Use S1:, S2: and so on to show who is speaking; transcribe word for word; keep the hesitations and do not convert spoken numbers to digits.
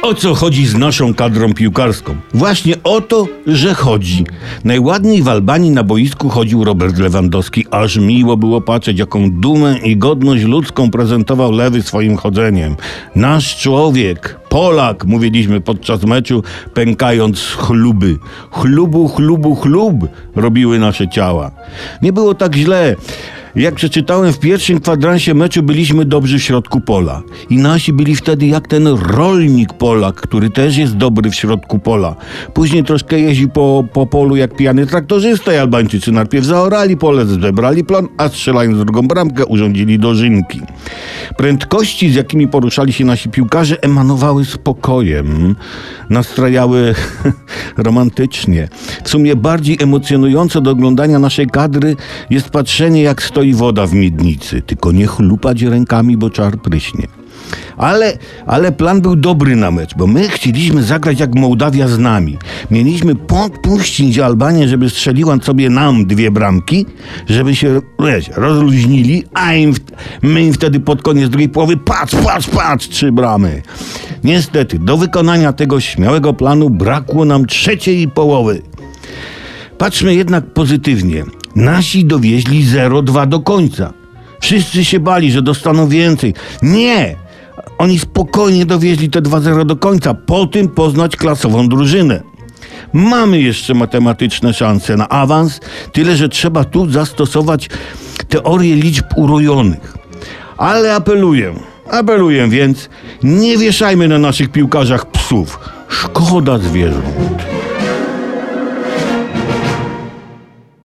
S1: O co chodzi z naszą kadrą piłkarską? Właśnie o to, że chodzi. Najładniej w Albanii na boisku chodził Robert Lewandowski. Aż miło było patrzeć, jaką dumę i godność ludzką prezentował lewy swoim chodzeniem. Nasz człowiek, Polak, mówiliśmy podczas meczu, pękając z chluby. Chlubu, chlubu, chlub robiły nasze ciała. Nie było tak źle. Jak przeczytałem w pierwszym kwadransie meczu, byliśmy dobrzy w środku pola. I nasi byli wtedy jak ten rolnik Polak, który też jest dobry w środku pola. Później troszkę jeździ po, po polu jak pijany traktorzysta i Albańczycy najpierw zaorali pole, zebrali plon, a strzelając drugą bramkę urządzili dożynki. Prędkości, z jakimi poruszali się nasi piłkarze, emanowały spokojem. Nastrajały romantycznie. W sumie bardziej emocjonujące do oglądania naszej kadry jest patrzenie, jak stoi woda w miednicy. Tylko nie chlupać rękami, bo czar pryśnie. Ale, ale plan był dobry na mecz, bo my chcieliśmy zagrać jak Mołdawia z nami. Mieliśmy podpuścić Albanię, żeby strzeliła sobie nam dwie bramki, żeby się, wiesz, rozluźnili, a im, my im wtedy pod koniec drugiej połowy patrz, patrz, patrz, trzy bramy. Niestety, do wykonania tego śmiałego planu brakło nam trzeciej połowy. Patrzmy jednak pozytywnie. Nasi dowieźli zero dwa do końca. Wszyscy się bali, że dostaną więcej. Nie! Oni spokojnie dowieźli te dwa zero do końca. Po tym poznać klasową drużynę. Mamy jeszcze matematyczne szanse na awans, tyle że trzeba tu zastosować teorię liczb urojonych. Ale apeluję, apeluję więc, nie wieszajmy na naszych piłkarzach psów. Szkoda zwierząt.